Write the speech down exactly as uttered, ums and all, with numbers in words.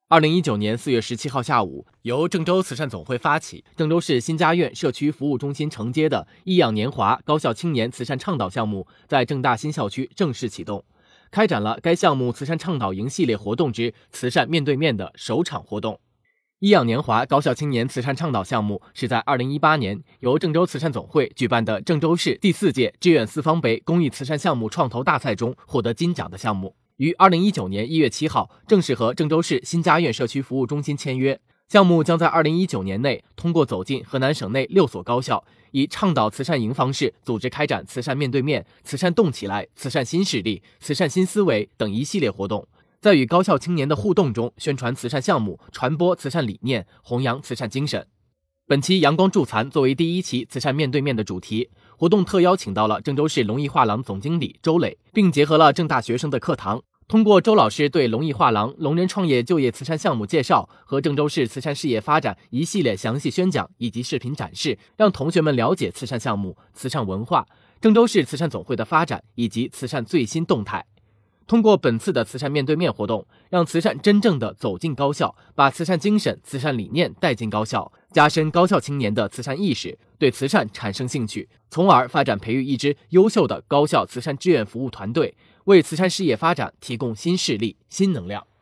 二零一九年四月十七号下午，由郑州慈善总会发起，郑州市新家苑社区服务中心承接的益养年华高校青年慈善倡导项目在郑大新校区正式启动，开展了该项目慈善倡导营系列活动之慈善面对面的首场活动。益养年华高校青年慈善倡导项目是在二零一八年由郑州慈善总会举办的郑州市第四届志愿四方杯公益慈善项目创投大赛中获得金奖的项目。于二零一九年一月七号正式和郑州市新家苑社区服务中心签约，项目将在二零一九年内通过走进河南省内六所高校，以倡导慈善营方式组织开展慈善面对面、慈善动起来、慈善新势力、慈善新思维等一系列活动，在与高校青年的互动中宣传慈善项目，传播慈善理念，弘扬慈善精神。本期阳光助残作为第一期慈善面对面的主题，活动特邀请到了郑州市龙艺画廊总经理周磊，并结合了郑大学生的课堂，通过周老师对龙艺画廊聋人创业就业慈善项目介绍和郑州市慈善事业发展一系列详细宣讲以及视频展示，让同学们了解慈善项目、慈善文化、郑州市慈善总会的发展以及慈善最新动态。通过本次的慈善面对面活动，让慈善真正的走进高校，把慈善精神、慈善理念带进高校，加深高校青年的慈善意识，对慈善产生兴趣，从而发展培育一支优秀的高校慈善志愿服务团队，为慈善事业发展提供新势力、新能量。